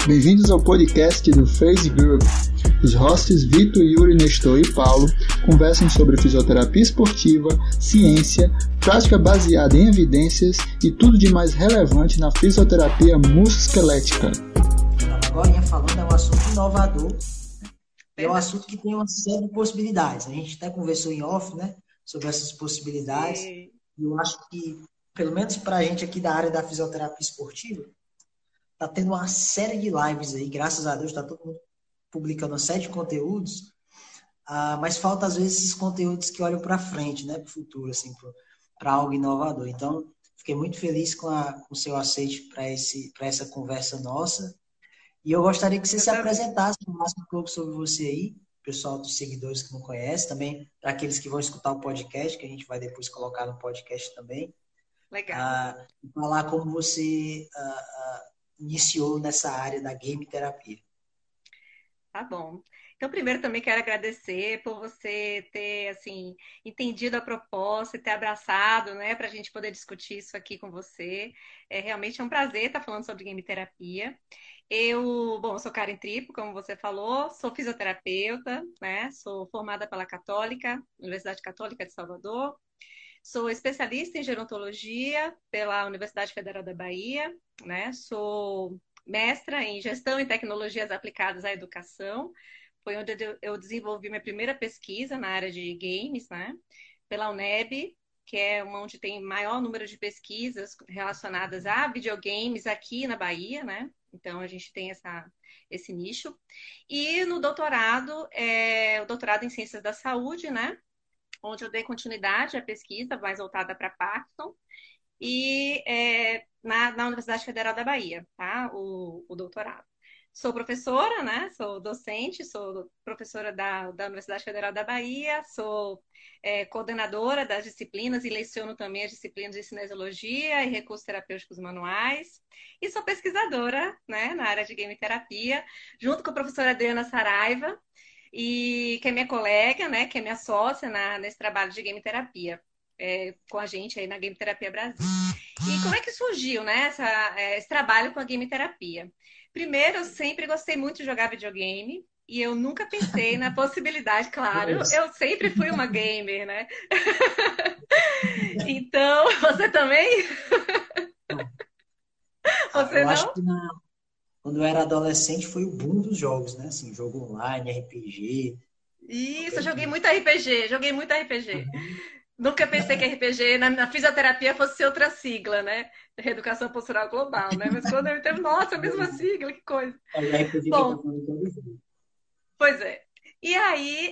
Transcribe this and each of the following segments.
Bem-vindos ao podcast do Phrase Group. Os hosts Vitor, Yuri, Nestor e Paulo conversam sobre fisioterapia esportiva, ciência, prática baseada em evidências e tudo de mais relevante na fisioterapia musculoesquelética. Agora, falando, é um assunto inovador, é um assunto que tem uma série de possibilidades. A gente até conversou em off, né, sobre essas possibilidades, e eu acho que, pelo menos para a gente aqui da área da fisioterapia esportiva, tá tendo uma série de lives aí, graças a Deus, tá todo mundo publicando uma série de conteúdos, mas falta às vezes esses conteúdos que olham para frente, né, para o futuro, assim, para algo inovador. Então, fiquei muito feliz com o seu aceite para essa conversa nossa, e eu gostaria que você se apresentasse mais um pouco sobre você aí, pessoal dos seguidores que não conhecem, também para aqueles que vão escutar o podcast, que a gente vai depois colocar no podcast também. Legal. Falar como você iniciou nessa área da game terapia. Tá bom. Então, primeiro também quero agradecer por você ter, assim, entendido a proposta e ter abraçado, né, para a gente poder discutir isso aqui com você. Realmente é um prazer estar falando sobre game terapia. Eu sou Karen Tripo, como você falou, sou fisioterapeuta, né, sou formada pela Católica, Universidade Católica de Salvador. Sou especialista em gerontologia pela Universidade Federal da Bahia, né? Sou mestra em gestão e tecnologias aplicadas à educação. Foi onde eu desenvolvi minha primeira pesquisa na área de games, né? Pela UNEB, que é onde tem maior número de pesquisas relacionadas a videogames aqui na Bahia, né? Então a gente tem esse nicho. E no doutorado, o doutorado em Ciências da Saúde, né? Onde eu dei continuidade à pesquisa mais voltada para Parkinson, e na Universidade Federal da Bahia, tá? O doutorado. Sou professora, né? Sou docente, sou professora da Universidade Federal da Bahia, sou coordenadora das disciplinas e leciono também as disciplinas de cinesiologia e recursos terapêuticos manuais. E sou pesquisadora, né, na área de game terapia, junto com a professora Adriana Saraiva, e que é minha colega, né, que é minha sócia nesse trabalho de game terapia, com a gente aí na Game Terapia Brasil. E como é que surgiu, né, esse trabalho com a game terapia? Primeiro, eu sempre gostei muito de jogar videogame, e eu nunca pensei na possibilidade, claro, eu sempre fui uma gamer, né? Então, você também? Você eu não? acho que quando eu era adolescente foi o boom dos jogos, né? Assim, jogo online, RPG. Isso, eu joguei muito RPG. Nunca pensei que RPG na fisioterapia fosse ser outra sigla, né? Reeducação postural global, né? Mas quando eu entrei, nossa, a mesma sigla, que coisa. RPG Bom, que eu tô falando todo jogo. pois é. E aí,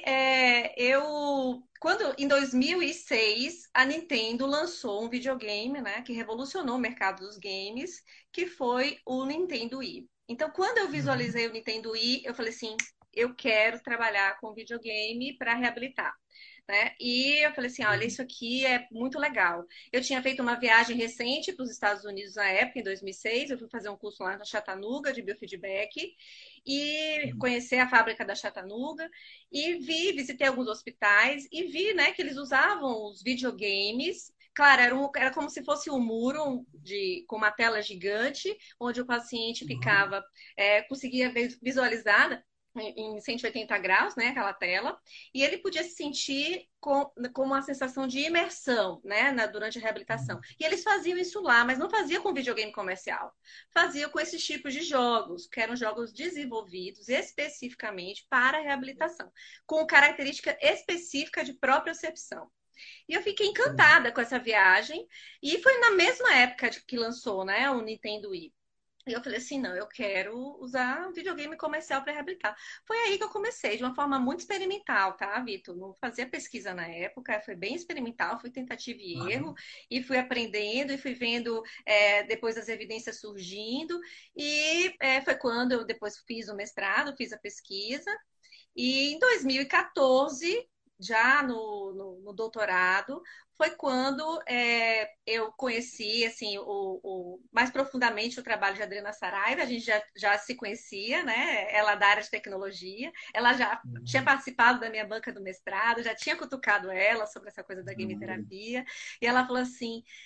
quando em 2006 a Nintendo lançou um videogame, né, que revolucionou o mercado dos games, que foi o Nintendo Wii. Então, quando eu visualizei o Nintendo Wii, eu falei assim, eu quero trabalhar com videogame para reabilitar. Né? E eu falei assim, olha, isso aqui é muito legal. Eu tinha feito uma viagem recente para os Estados Unidos na época, em 2006. Eu fui fazer um curso lá na Chattanooga de biofeedback e conhecer a fábrica da Chattanooga e visitei alguns hospitais e vi, né, que eles usavam os videogames. Claro, era como se fosse um muro com uma tela gigante, onde o paciente ficava, conseguia visualizar, né, em 180 graus, né, aquela tela, e ele podia se sentir com uma sensação de imersão, né, durante a reabilitação. E eles faziam isso lá, mas não fazia com videogame comercial. Fazia com esses tipos de jogos, que eram jogos desenvolvidos especificamente para a reabilitação, com característica específica de propriocepção. E eu fiquei encantada com essa viagem, e foi na mesma época que lançou, né, o Nintendo Wii. E eu falei assim, não, eu quero usar videogame comercial para reabilitar. Foi aí que eu comecei, de uma forma muito experimental, tá, Vitor? Não fazia pesquisa na época, foi bem experimental, foi tentativa e erro, e fui aprendendo e fui vendo depois as evidências surgindo. E foi quando eu depois fiz o mestrado, fiz a pesquisa. E em 2014, já no doutorado, foi quando eu conheci assim, mais profundamente o trabalho de Adriana Saraiva. A gente já se conhecia, né? Ela da área de tecnologia, ela já tinha participado da minha banca do mestrado, já tinha cutucado ela sobre essa coisa da game terapia, e ela falou assim: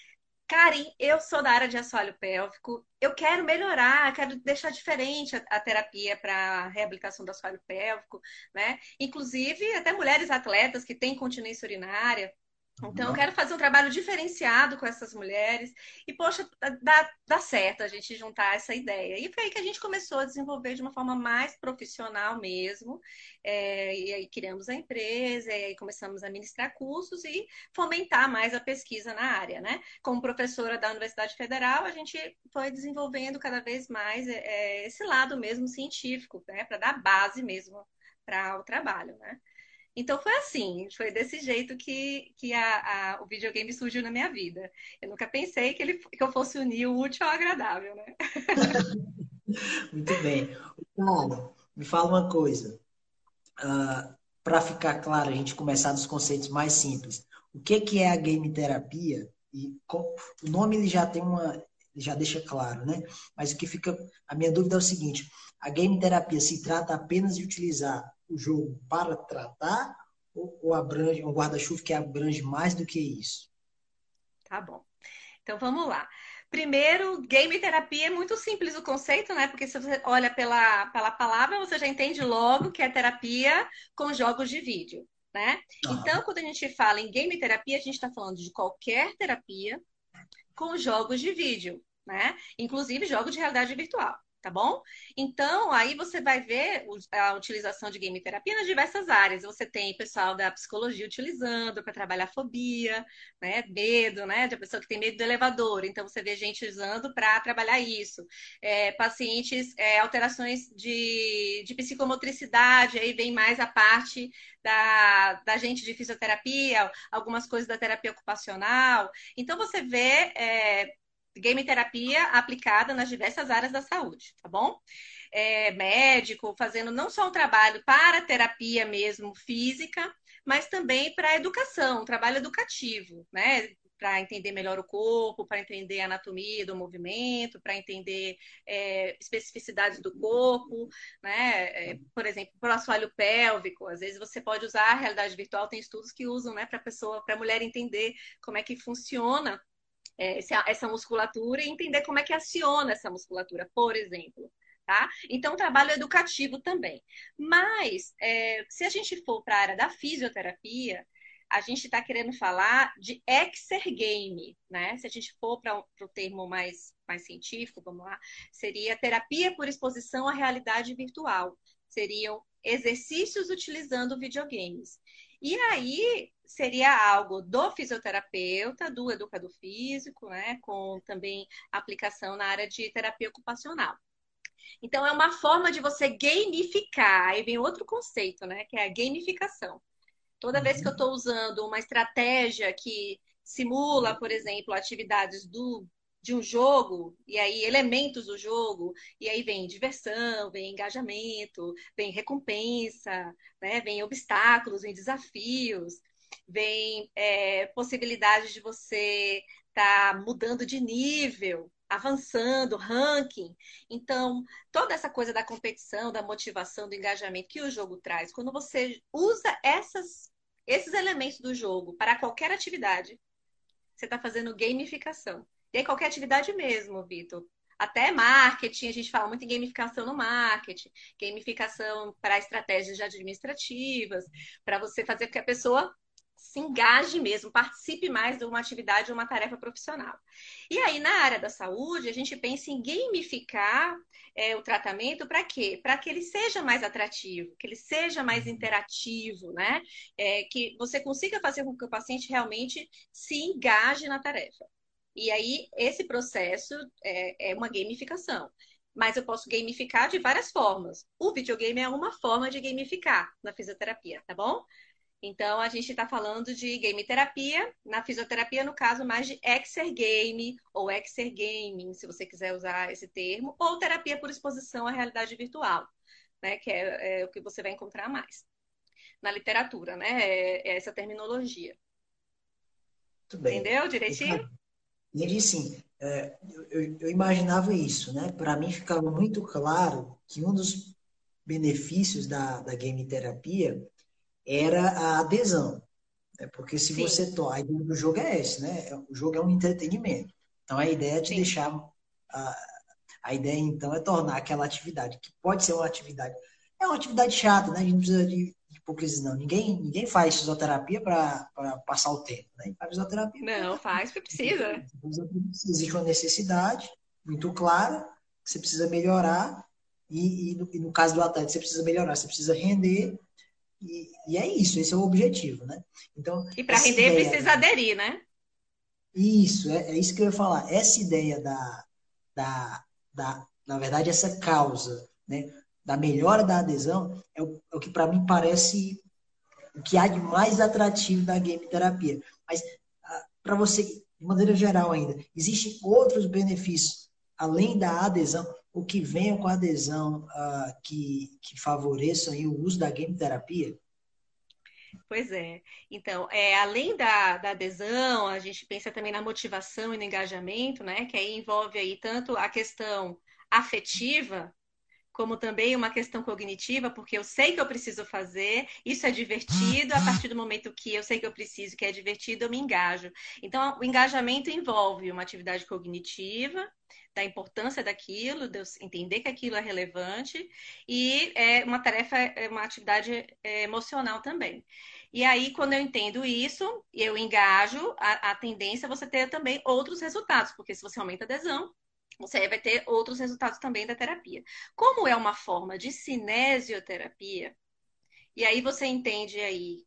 Karen, eu sou da área de assoalho pélvico. Eu quero melhorar, quero deixar diferente a terapia para reabilitação do assoalho pélvico, né? Inclusive, até mulheres atletas que têm continência urinária. Então, eu quero fazer um trabalho diferenciado com essas mulheres. E, poxa, dá certo a gente juntar essa ideia. E foi aí que a gente começou a desenvolver de uma forma mais profissional mesmo. E aí criamos a empresa, e aí começamos a ministrar cursos e fomentar mais a pesquisa na área, né? Como professora da Universidade Federal, a gente foi desenvolvendo cada vez mais esse lado mesmo científico, né? Para dar base mesmo para o trabalho, né? Então foi assim, foi desse jeito que o videogame surgiu na minha vida. Eu nunca pensei que eu fosse unir o útil ao agradável, né? Muito bem. Cara, me fala uma coisa. Para ficar claro, a gente começar dos conceitos mais simples. O que é a game terapia? O nome ele já tem já deixa claro, né? Mas o que fica, a minha dúvida é o seguinte: a game terapia se trata apenas de utilizar o jogo para tratar ou abrange um guarda-chuva que abrange mais do que isso? Tá bom. Então vamos lá. Primeiro, game terapia é muito simples o conceito, né? Porque se você olha pela palavra, você já entende logo que é terapia com jogos de vídeo, né? Então, quando a gente fala em game terapia, a gente está falando de qualquer terapia com jogos de vídeo, né? Inclusive jogos de realidade virtual. Tá bom? Então, aí você vai ver a utilização de game terapia nas diversas áreas. Você tem pessoal da psicologia utilizando para trabalhar fobia, né? Medo, né? De a pessoa que tem medo do elevador. Então, você vê gente usando para trabalhar isso. Pacientes, alterações de psicomotricidade, aí vem mais a parte da gente de fisioterapia, algumas coisas da terapia ocupacional. Então, você vê game terapia aplicada nas diversas áreas da saúde, tá bom? Médico fazendo não só um trabalho para terapia mesmo física, mas também para educação, um trabalho educativo, né? Para entender melhor o corpo, para entender a anatomia do movimento, para entender especificidades do corpo, né? Por exemplo, para o assoalho pélvico, às vezes você pode usar a realidade virtual, tem estudos que usam, né, para a mulher entender como é que funciona essa musculatura e entender como é que aciona essa musculatura, por exemplo. Tá? Então, trabalho educativo também. Mas, se a gente for para a área da fisioterapia, a gente está querendo falar de exergame, né? Se a gente for para o termo mais científico, vamos lá, seria terapia por exposição à realidade virtual. Seriam exercícios utilizando videogames. E aí seria algo do fisioterapeuta, do educador físico, né? Com também aplicação na área de terapia ocupacional. Então, é uma forma de você gamificar. Aí vem outro conceito, né? Que é a gamificação. Toda vez que eu estou usando uma estratégia que simula, por exemplo, atividades de um jogo, e aí elementos do jogo, e aí vem diversão, vem engajamento, vem recompensa, né? Vem obstáculos, vem desafios, vem possibilidade de você estar mudando de nível, avançando, ranking. Então, toda essa coisa da competição, da motivação, do engajamento que o jogo traz, quando você usa esses elementos do jogo para qualquer atividade, você está fazendo gamificação. E aí, qualquer atividade mesmo, Vitor. Até marketing, a gente fala muito em gamificação no marketing, gamificação para estratégias administrativas, para você fazer com que a pessoa se engaje mesmo, participe mais de uma atividade ou uma tarefa profissional. E aí, na área da saúde, a gente pensa em gamificar o tratamento para quê? Para que ele seja mais atrativo, que ele seja mais interativo, né? Que você consiga fazer com que o paciente realmente se engaje na tarefa. E aí, esse processo é uma gamificação. Mas eu posso gamificar de várias formas. O videogame é uma forma de gamificar na fisioterapia, tá bom? Então, a gente está falando de game terapia, na fisioterapia, no caso, mais de exergame ou exergaming, se você quiser usar esse termo, ou terapia por exposição à realidade virtual, né? Que é o que você vai encontrar mais na literatura, né? Essa terminologia. Muito bem. Entendeu direitinho? Entendi, sim. Eu imaginava isso, né? Para mim ficava muito claro que um dos benefícios da game terapia era a adesão. Porque se Sim. você a ideia do jogo é esse, né? O jogo é um entretenimento. Então, a ideia é te Sim. deixar... A ideia, então, é tornar aquela atividade, que pode ser uma atividade... É uma atividade chata, né? A gente não precisa de hipocrisia, não. Ninguém faz fisioterapia para passar o tempo, né? Faz fisioterapia Não, faz porque precisa. existe uma necessidade muito clara, que você precisa melhorar, no caso do atleta, você precisa melhorar, você precisa render, e é isso, esse é o objetivo, né? Então, E para essa render ideia, precisa aderir, né? isso, é isso que eu ia falar, essa ideia na verdade, essa causa, né, da melhora da adesão, é o que para mim parece o que há de mais atrativo da game terapia. Mas, para você, de maneira geral ainda, existem outros benefícios, além da adesão, o que venha com a adesão que favoreçam aí o uso da game terapia? Pois é. Então, além da adesão, a gente pensa também na motivação e no engajamento, né? Que aí envolve aí tanto a questão afetiva, como também uma questão cognitiva, porque eu sei que eu preciso fazer, isso é divertido, a partir do momento que eu sei que eu preciso, que é divertido, eu me engajo. Então, o engajamento envolve uma atividade cognitiva, da importância daquilo, de eu entender que aquilo é relevante, e é uma tarefa, uma atividade emocional também. E aí, quando eu entendo isso, eu engajo, a tendência é você ter também outros resultados, porque se você aumenta a adesão, você vai ter outros resultados também da terapia. Como é uma forma de cinesioterapia, e aí você entende aí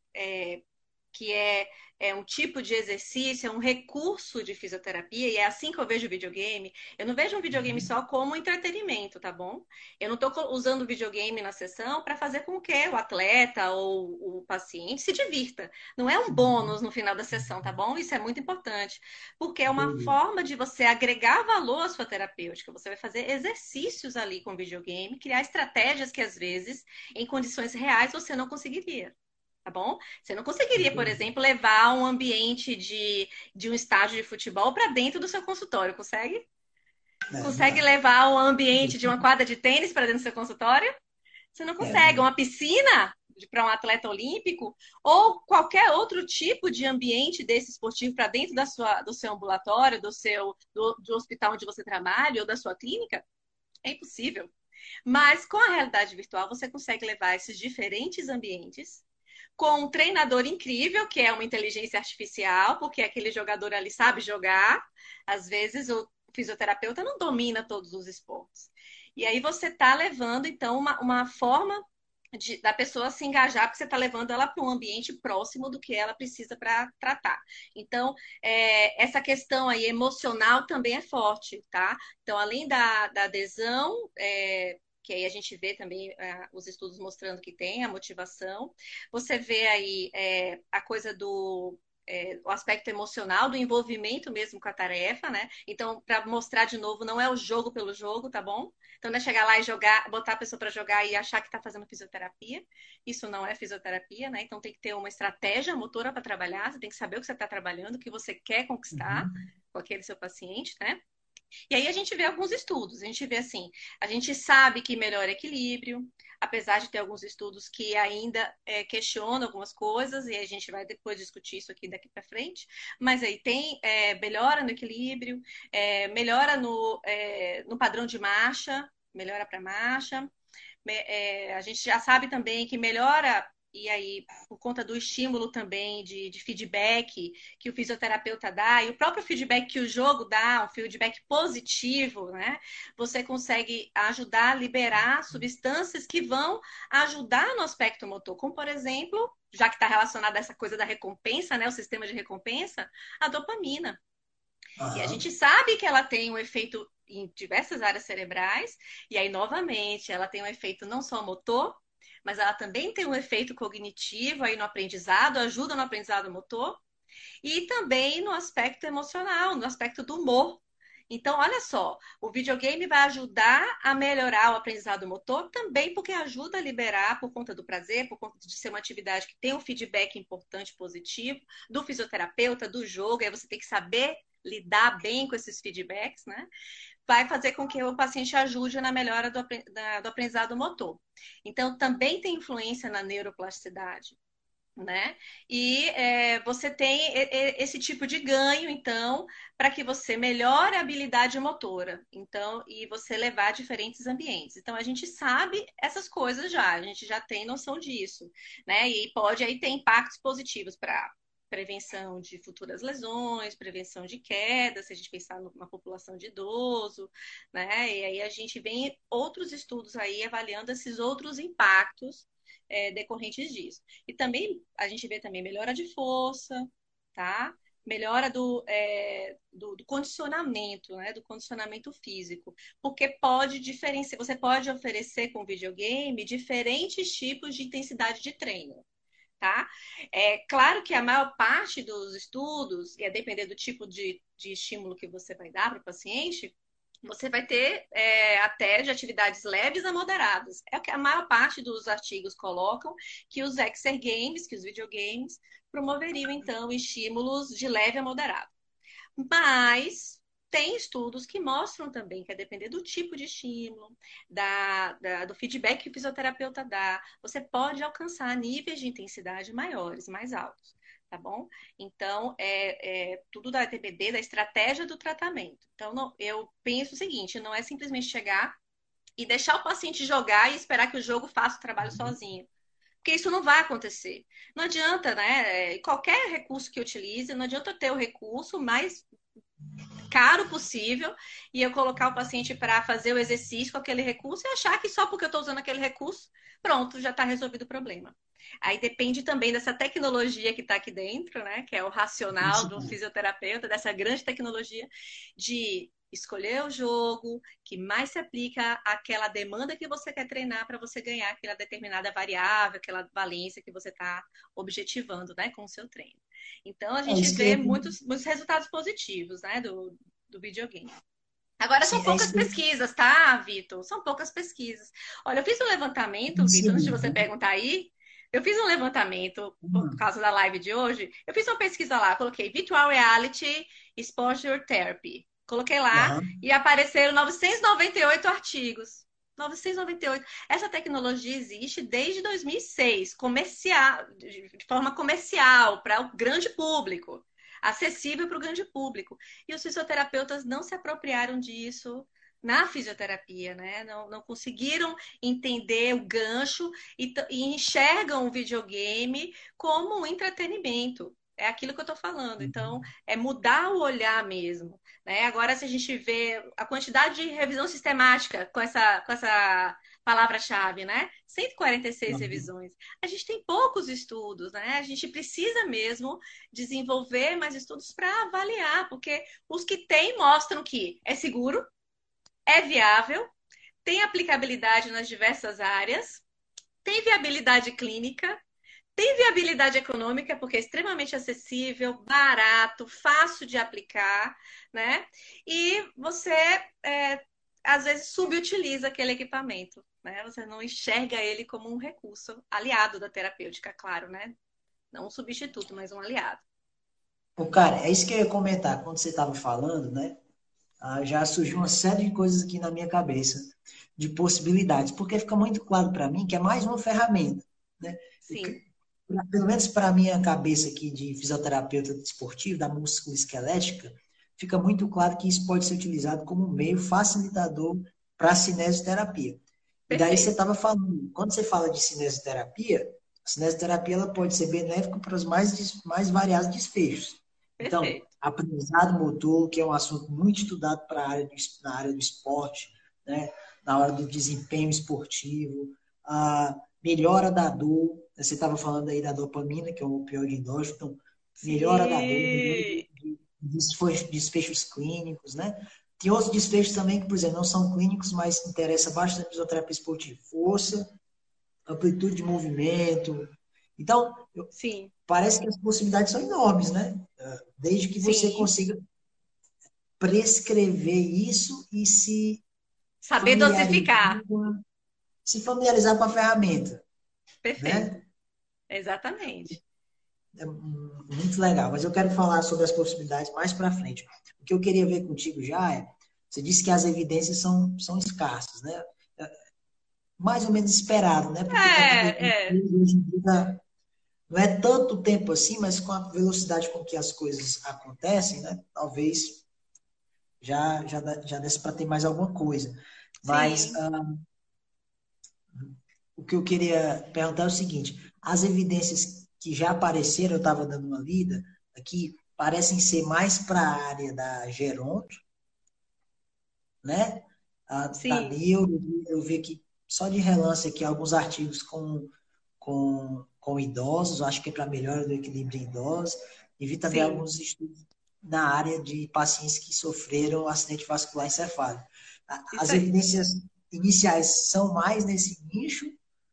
que é um tipo de exercício, é um recurso de fisioterapia, e é assim que eu vejo o videogame. Eu não vejo um videogame só como entretenimento, tá bom? Eu não estou usando o videogame na sessão para fazer com que o atleta ou o paciente se divirta. Não é um bônus no final da sessão, tá bom? Isso é muito importante, porque é uma Entendi. forma de você agregar valor à sua terapêutica. Você vai fazer exercícios ali com o videogame, criar estratégias que às vezes, em condições reais, você não conseguiria. Tá bom? Você não conseguiria, por Entendi. exemplo, levar um ambiente de um estádio de futebol para dentro do seu consultório, consegue? Não Consegue dá. levar o ambiente de uma quadra de tênis para dentro do seu consultório? Você não consegue. Não. Uma piscina para um atleta olímpico ou qualquer outro tipo de ambiente desse esportivo para dentro do seu ambulatório, do hospital onde você trabalha ou da sua clínica? É impossível. Mas com a realidade virtual, você consegue levar esses diferentes ambientes com um treinador incrível, que é uma inteligência artificial, porque aquele jogador ali sabe jogar. Às vezes o fisioterapeuta não domina todos os esportes. E aí você está levando, então, uma forma da pessoa se engajar, porque você está levando ela para um ambiente próximo do que ela precisa para tratar. Então, essa questão aí emocional também é forte, tá? Então, além da adesão, que aí a gente vê também os estudos mostrando que tem a motivação. Você vê aí a coisa o aspecto emocional, do envolvimento mesmo com a tarefa, né? Então, para mostrar de novo, não é o jogo pelo jogo, tá bom? Então, não é chegar lá e jogar, botar a pessoa para jogar e achar que está fazendo fisioterapia. Isso não é fisioterapia, né? Então, tem que ter uma estratégia motora para trabalhar, você tem que saber o que você está trabalhando, o que você quer conquistar Uhum. com aquele seu paciente, né? E aí a gente vê alguns estudos, a gente vê assim, a gente sabe que melhora equilíbrio, apesar de ter alguns estudos que ainda questionam algumas coisas, e a gente vai depois discutir isso aqui daqui para frente, mas aí tem melhora no equilíbrio, melhora no padrão de marcha, melhora para marcha, a gente já sabe também que melhora, e aí, por conta do estímulo também de feedback que o fisioterapeuta dá, e o próprio feedback que o jogo dá, um feedback positivo, né? Você consegue ajudar a liberar substâncias que vão ajudar no aspecto motor, como, por exemplo, já que está relacionada a essa coisa da recompensa, né? O sistema de recompensa, a dopamina. E a Aham. gente sabe que ela tem um efeito em diversas áreas cerebrais, e aí, novamente, ela tem um efeito não só motor, mas ela também tem um efeito cognitivo aí no aprendizado, ajuda no aprendizado motor, e também no aspecto emocional, no aspecto do humor. Então, olha só, o videogame vai ajudar a melhorar o aprendizado motor também porque ajuda a liberar por conta do prazer, por conta de ser uma atividade que tem um feedback importante, positivo, do fisioterapeuta, do jogo, aí você tem que saber lidar bem com esses feedbacks, né? Vai fazer com que o paciente ajude na melhora do aprendizado motor. Então, também tem influência na neuroplasticidade. né? E você tem esse tipo de ganho, então, para que você melhore a habilidade motora, então, e você levar a diferentes ambientes. Então, a gente sabe essas coisas já, a gente já tem noção disso, né? E pode aí ter impactos positivos para prevenção de futuras lesões, prevenção de quedas, se a gente pensar numa população de idoso, né? E aí a gente vem outros estudos aí avaliando esses outros impactos decorrentes disso. E também a gente vê também melhora de força, tá? Melhora do condicionamento, né? Do condicionamento físico. Porque pode diferenciar, você pode oferecer com videogame diferentes tipos de intensidade de treino. Tá? É claro que a maior parte dos estudos, e a depender do tipo de estímulo que você vai dar para o paciente, você vai ter até de atividades leves a moderadas. É o que a maior parte dos artigos colocam, que os exergames, que os videogames, promoveriam, então, estímulos de leve a moderado. Mas tem estudos que mostram também que, a depender do tipo de estímulo, do feedback que o fisioterapeuta dá, você pode alcançar níveis de intensidade maiores, mais altos. Tá bom? Então, tudo da TBD, da estratégia do tratamento. Então, eu penso o seguinte, não é simplesmente chegar e deixar o paciente jogar e esperar que o jogo faça o trabalho sozinho. Porque isso não vai acontecer. Não adianta, né? Qualquer recurso que eu utilize, não adianta eu ter o recurso mais caro possível e eu colocar o paciente para fazer o exercício com aquele recurso e achar que só porque eu estou usando aquele recurso, pronto, já está resolvido o problema. Aí depende também dessa tecnologia que está aqui dentro, né? Que é o racional do fisioterapeuta, dessa grande tecnologia de escolher o jogo que mais se aplica àquela demanda que você quer treinar para você ganhar aquela determinada variável, aquela valência que você está objetivando, né, com o seu treino. Então a gente vê muitos resultados positivos, né, do videogame. Agora são poucas pesquisas, tá, Vitor? São poucas pesquisas. Olha, eu fiz um levantamento, Vitor, antes de você perguntar aí, eu fiz um levantamento por causa da live de hoje. Eu fiz uma pesquisa lá, coloquei Virtual Reality Exposure Therapy. Coloquei lá e apareceram 998 artigos. 998. Essa tecnologia existe desde 2006, de forma comercial, para o grande público, acessível para o grande público. E os fisioterapeutas não se apropriaram disso na fisioterapia, né? Não conseguiram entender o gancho e enxergam o videogame como um entretenimento. É aquilo que eu estou falando. Então, é mudar o olhar mesmo. Né? Agora, se a gente vê a quantidade de revisão sistemática com essa palavra-chave, né? 146 revisões. A gente tem poucos estudos, né? A gente precisa mesmo desenvolver mais estudos para avaliar, porque os que tem mostram que é seguro, é viável, tem aplicabilidade nas diversas áreas, tem viabilidade clínica, tem viabilidade econômica, porque é extremamente acessível, barato, fácil de aplicar, né? E você, às vezes, subutiliza aquele equipamento, né? Você não enxerga ele como um recurso aliado da terapêutica, claro, né? Não um substituto, mas um aliado. Pô, cara, é isso que eu ia comentar. Quando você estava falando, né? Já surgiu uma série de coisas aqui na minha cabeça, de possibilidades, porque fica muito claro para mim que é mais uma ferramenta, né? Sim. Pelo menos para a minha cabeça aqui de fisioterapeuta esportivo, da musculoesquelética, fica muito claro que isso pode ser utilizado como um meio facilitador para a cinesioterapia. E daí você estava falando, quando você fala de cinesioterapia, a cinesioterapia ela pode ser benéfica para os mais variados desfechos. Então, aprendizado motor, que é um assunto muito estudado na área do esporte, né? Na hora do desempenho esportivo, a melhora da dor. Você estava falando aí da dopamina, que é um opioide endógeno, então, melhora da dor, melhora de desfechos clínicos, né? Tem outros desfechos também que, por exemplo, não são clínicos, mas interessa bastante a fisioterapia esportiva. Força, amplitude de movimento. Então, parece que as possibilidades são enormes, né? Desde que você consiga prescrever isso e saber dosificar. Se familiarizar com a ferramenta. Perfeito. Né? Exatamente. É muito legal, mas eu quero falar sobre as possibilidades mais para frente. O que eu queria ver contigo já você disse que as evidências são escassas, né? Mais ou menos esperado, né? Porque hoje em dia não é tanto tempo assim, mas com a velocidade com que as coisas acontecem, né? Talvez já desse para ter mais alguma coisa. Mas Sim, o que eu queria perguntar é o seguinte: as evidências que já apareceram, eu estava dando uma lida aqui, parecem ser mais para a área da geronto, né? Da sim, neuro, eu vi aqui só de relance aqui alguns artigos com idosos, acho que é para melhora do equilíbrio em idosos, e vi também sim. alguns estudos na área de pacientes que sofreram acidente vascular encefálico. Isso As aí. evidências iniciais são mais nesse nicho,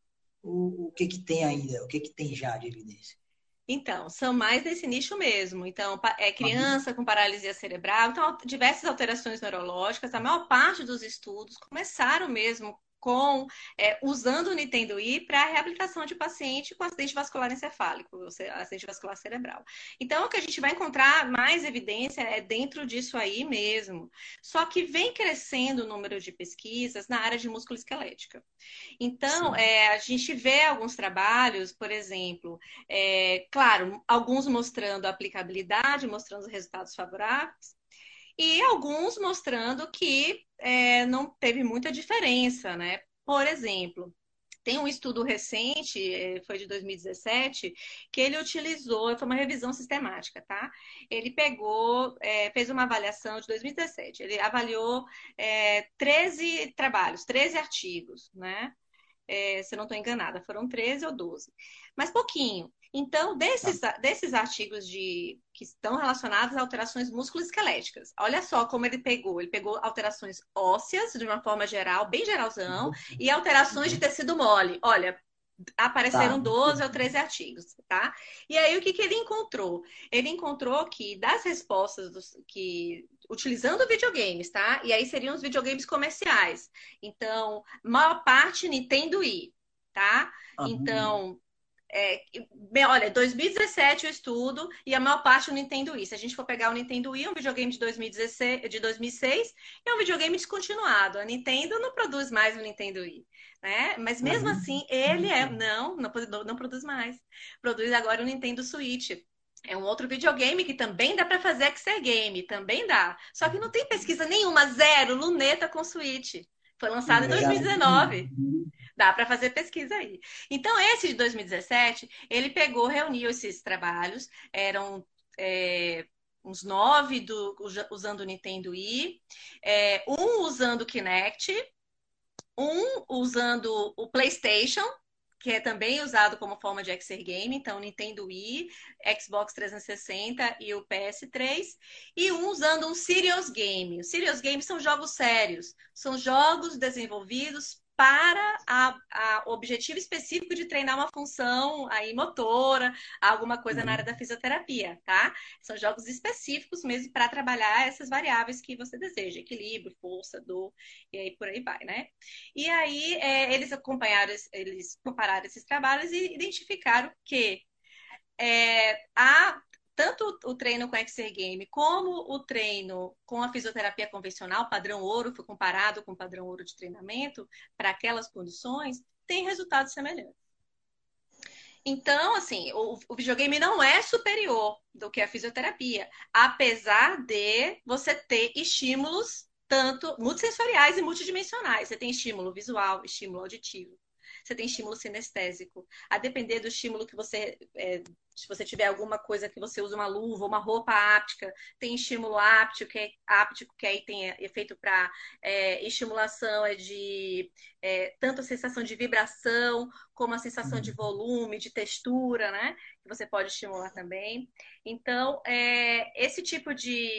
o que que tem ainda? O que que tem já de evidência? Então, são mais nesse nicho mesmo. Então, é Uhum. criança com paralisia cerebral, então, diversas alterações neurológicas. A maior parte dos estudos começaram mesmo com usando o Nintendo Wii para reabilitação de paciente com acidente vascular encefálico, ou seja, acidente vascular cerebral. Então, o que a gente vai encontrar mais evidência é dentro disso aí mesmo. Só que vem crescendo o número de pesquisas na área de músculo-esquelética. Então, Sim. a gente vê alguns trabalhos, por exemplo, claro, alguns mostrando aplicabilidade, mostrando resultados favoráveis, e alguns mostrando que não teve muita diferença, né? Por exemplo, tem um estudo recente, foi de 2017, que ele utilizou, foi uma revisão sistemática, tá? Ele pegou, fez uma avaliação de 2017, ele avaliou 13 trabalhos, 13 artigos, né? Se eu não estou enganada, foram 13 ou 12, mas pouquinho. Então, Tá. desses artigos que estão relacionados a alterações musculoesqueléticas, olha só como ele pegou alterações ósseas, de uma forma geral, bem geralzão, e alterações de tecido mole. Olha, apareceram Tá. 12 ou 13 artigos, tá? E aí o que ele encontrou? Ele encontrou que das respostas utilizando videogames, tá? E aí seriam os videogames comerciais. Então, maior parte Nintendo Wii, tá? Aham. Então, olha, 2017 o estudo e a maior parte o Nintendo Wii. Se a gente for pegar o Nintendo Wii, é um videogame de 2016, de 2006, é um videogame descontinuado. A Nintendo não produz mais o Nintendo Wii, né? Mas mesmo Aham. assim, ele não produz mais. Produz agora o Nintendo Switch. É um outro videogame que também dá para fazer Exergame, também dá. Só que não tem pesquisa nenhuma, zero, luneta com Switch. Foi lançado em Eu já vi. 2019. Dá para fazer pesquisa aí. Então, esse de 2017, ele pegou, reuniu esses trabalhos, eram uns 9 usando o Nintendo Wii, um usando o Kinect, um usando o PlayStation, que é também usado como forma de Exergame, então Nintendo Wii, Xbox 360 e 60 e o PS3, e um usando um Serious Game. Os Serious Games são jogos sérios, são jogos desenvolvidos para a objetivo específico de treinar uma função aí motora, alguma coisa na área da Uhum. fisioterapia, tá? São jogos específicos mesmo para trabalhar essas variáveis que você deseja, equilíbrio, força, dor, e aí por aí vai, né? E aí eles compararam esses trabalhos e identificaram que tanto o treino com Exergame como o treino com a fisioterapia convencional, padrão ouro, foi comparado com o padrão ouro de treinamento para aquelas condições, tem resultados semelhantes. Então, assim, o videogame não é superior do que a fisioterapia, apesar de você ter estímulos tanto multissensoriais e multidimensionais. Você tem estímulo visual, estímulo auditivo, você tem estímulo sinestésico. A depender do estímulo que se você tiver alguma coisa que você usa uma luva, uma roupa áptica, tem estímulo áptico que aí tem efeito para estimulação de tanto a sensação de vibração como a sensação de Uhum. volume, de textura, né? Que você pode estimular também. Então, esse tipo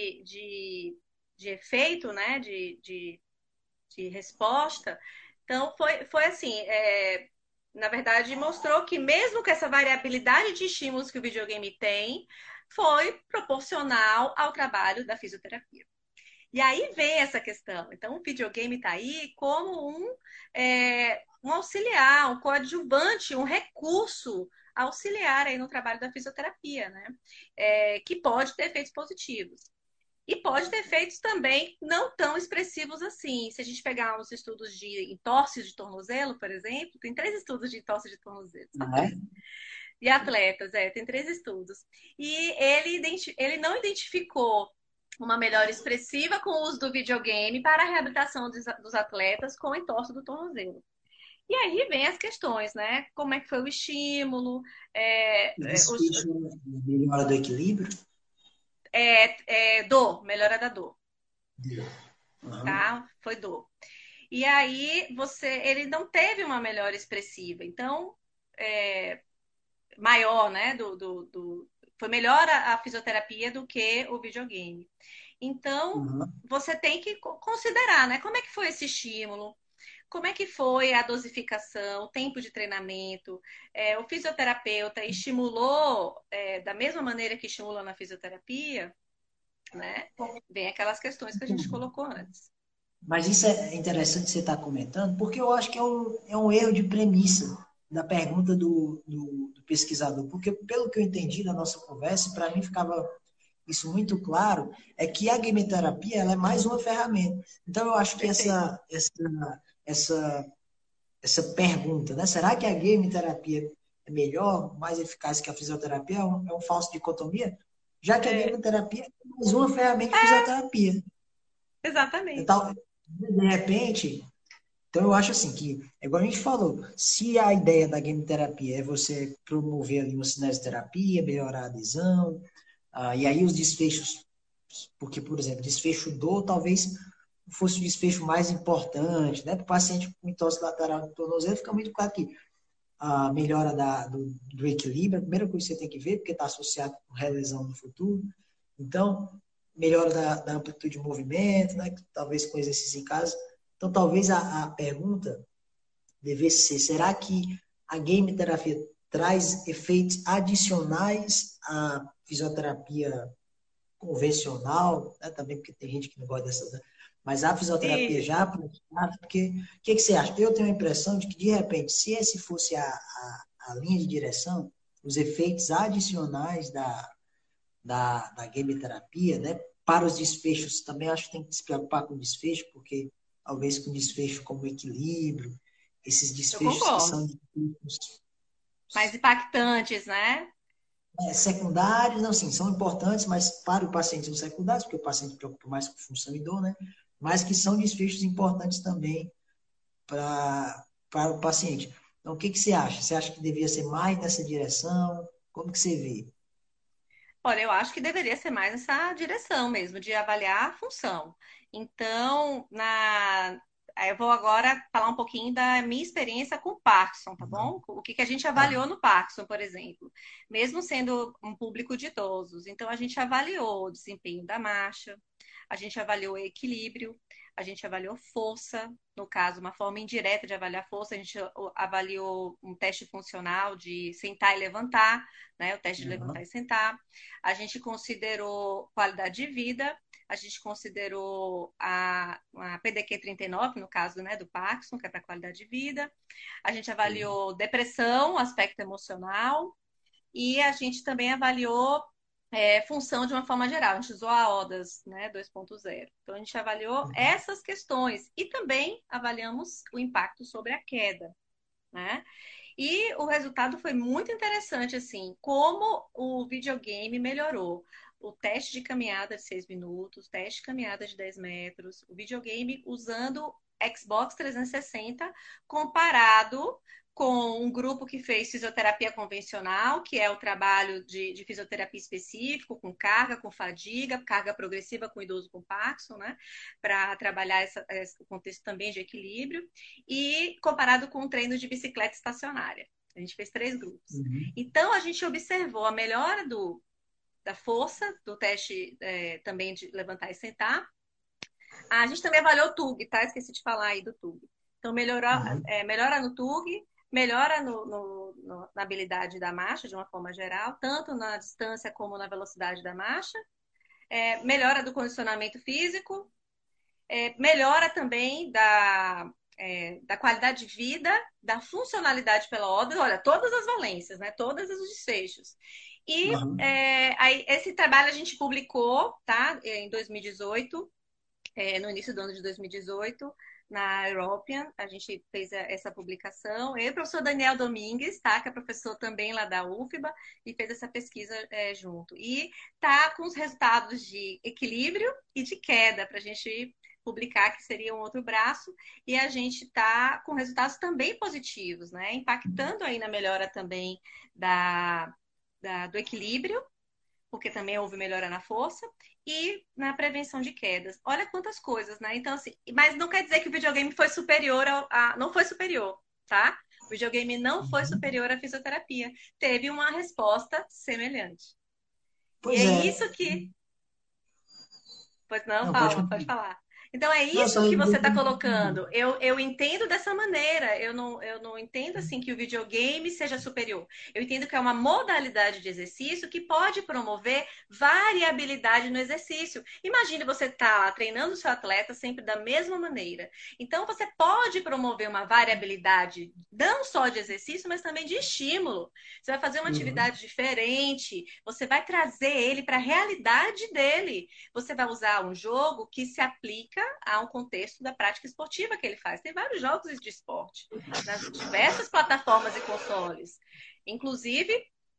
de efeito, né? De resposta. Então, foi assim. Na verdade, mostrou que mesmo com essa variabilidade de estímulos que o videogame tem, foi proporcional ao trabalho da fisioterapia. E aí vem essa questão. Então, o videogame está aí como um auxiliar, um coadjuvante, um recurso auxiliar aí no trabalho da fisioterapia, né? Que pode ter efeitos positivos. E pode ter efeitos também não tão expressivos assim. Se a gente pegar uns estudos de entorse de tornozelo, por exemplo, tem 3 estudos de entorse de tornozelo, só Não é? 3. de atletas, tem 3 estudos. E ele não identificou uma melhora expressiva com o uso do videogame para a reabilitação dos atletas com entorse do tornozelo. E aí vem as questões, né? Como é que foi o estímulo? O desfecho melhora do equilíbrio? Melhora da dor. Uhum. Tá? Foi dor. E aí ele não teve uma melhora expressiva. Então, maior, né? Foi melhor a fisioterapia do que o videogame. Então, você tem que considerar, né? Como é que foi esse estímulo? Como é que foi a dosificação, o tempo de treinamento? O fisioterapeuta estimulou da mesma maneira que estimula na fisioterapia, né? Vem aquelas questões que a gente colocou antes. Mas isso é interessante você estar comentando, porque eu acho que é um erro de premissa da pergunta do pesquisador. Porque, pelo que eu entendi da nossa conversa, para mim ficava isso muito claro, é que a gameterapia ela é mais uma ferramenta. Então, eu acho que essa pergunta, né? Será que a gameterapia é melhor, mais eficaz que a fisioterapia? É um falso dicotomia? Já que a gameterapia é mais uma ferramenta de fisioterapia. Exatamente. Então, de repente, então eu acho assim que, igual a gente falou, se a ideia da gameterapia é você promover ali uma cinesioterapia, melhorar a adesão, e aí os desfechos, porque, por exemplo, desfecho dor talvez fosse o desfecho mais importante, né? Para o paciente com entorse lateral do tornozelo, fica muito claro que a melhora do equilíbrio, a primeira coisa que você tem que ver, porque está associado com relesão no futuro. Então, melhora da amplitude de movimento, né? Talvez com exercício em casa. Então, talvez a pergunta devesse ser, será que a game terapia traz efeitos adicionais à fisioterapia convencional, né? Também porque tem gente que não gosta dessa, mas a fisioterapia já praticada, porque o que você acha? Eu tenho a impressão de que, de repente, se esse fosse a linha de direção, os efeitos adicionais da game terapia, né? Para os desfechos, também acho que tem que se preocupar com o desfecho, porque talvez com desfecho como equilíbrio, esses desfechos que são mais impactantes, né? Secundários, não, sim, são importantes, mas para o paciente são secundários, porque o paciente se preocupa mais com função e dor, né? Mas que são desfechos importantes também para o paciente. Então, o que você acha? Você acha que devia ser mais nessa direção? Como que você vê? Olha, eu acho que deveria ser mais nessa direção mesmo, de avaliar a função. Então, eu vou agora falar um pouquinho da minha experiência com o Parkinson, tá bom? O que a gente avaliou no Parkinson, por exemplo. Mesmo sendo um público de idosos. Então, a gente avaliou o desempenho da marcha, a gente avaliou equilíbrio, a gente avaliou força, no caso, uma forma indireta de avaliar força, a gente avaliou um teste funcional de sentar e levantar, né? O teste de levantar e sentar. A gente considerou qualidade de vida, a gente considerou a PDQ-39, no caso, né, do Parkinson, que é para qualidade de vida. A gente avaliou depressão, aspecto emocional, e a gente também avaliou função de uma forma geral. A gente usou a ODAS, né, 2.0. Então, a gente avaliou essas questões e também avaliamos o impacto sobre a queda, né? E o resultado foi muito interessante, assim, como o videogame melhorou. O teste de caminhada de 6 minutos, teste de caminhada de 10 metros, o videogame usando Xbox 360 comparado com um grupo que fez fisioterapia convencional, que é o trabalho de fisioterapia específico, com carga, com fadiga, carga progressiva com idoso com Parkinson, né? Para trabalhar esse contexto também de equilíbrio, e comparado com um treino de bicicleta estacionária. A gente fez 3 grupos. Então, a gente observou a melhora da força, do teste também de levantar e sentar. A gente também avaliou o TUG, tá? Esqueci de falar aí do TUG. Então, melhora no TUG, melhora na habilidade da marcha, de uma forma geral, tanto na distância como na velocidade da marcha. Melhora do condicionamento físico, melhora também da qualidade de vida, da funcionalidade pela ODA, olha, todas as valências, né? Todos os desfechos. E aí, esse trabalho a gente publicou, tá? Em 2018, no início do ano de 2018, na European, a gente fez essa publicação. Eu e o professor Daniel Domingues, tá? Que é professor também lá da UFBA, e fez essa pesquisa junto. E tá com os resultados de equilíbrio e de queda, para a gente publicar, que seria um outro braço, e a gente está com resultados também positivos, né? Impactando aí na melhora também do equilíbrio, porque também houve melhora na força, e na prevenção de quedas. Olha quantas coisas, né? Então, assim, mas não quer dizer que o videogame foi superior não foi superior, tá? O videogame não foi superior à fisioterapia. Teve uma resposta semelhante. Pois e é é. isso que... Pois não, Não, pode falar. Então é não, isso só que você está colocando. Eu entendo dessa maneira. Eu não entendo assim que o videogame seja superior. Eu entendo que é uma modalidade de exercício que pode promover variabilidade no exercício. Imagine você estar treinando o seu atleta sempre da mesma maneira. Então você pode promover uma variabilidade não só de exercício, mas também de estímulo. Você vai fazer uma atividade diferente. Você vai trazer ele para a realidade dele. Você vai usar um jogo que se aplica a um contexto da prática esportiva que ele faz. Tem vários jogos de esporte nas diversas plataformas e consoles, inclusive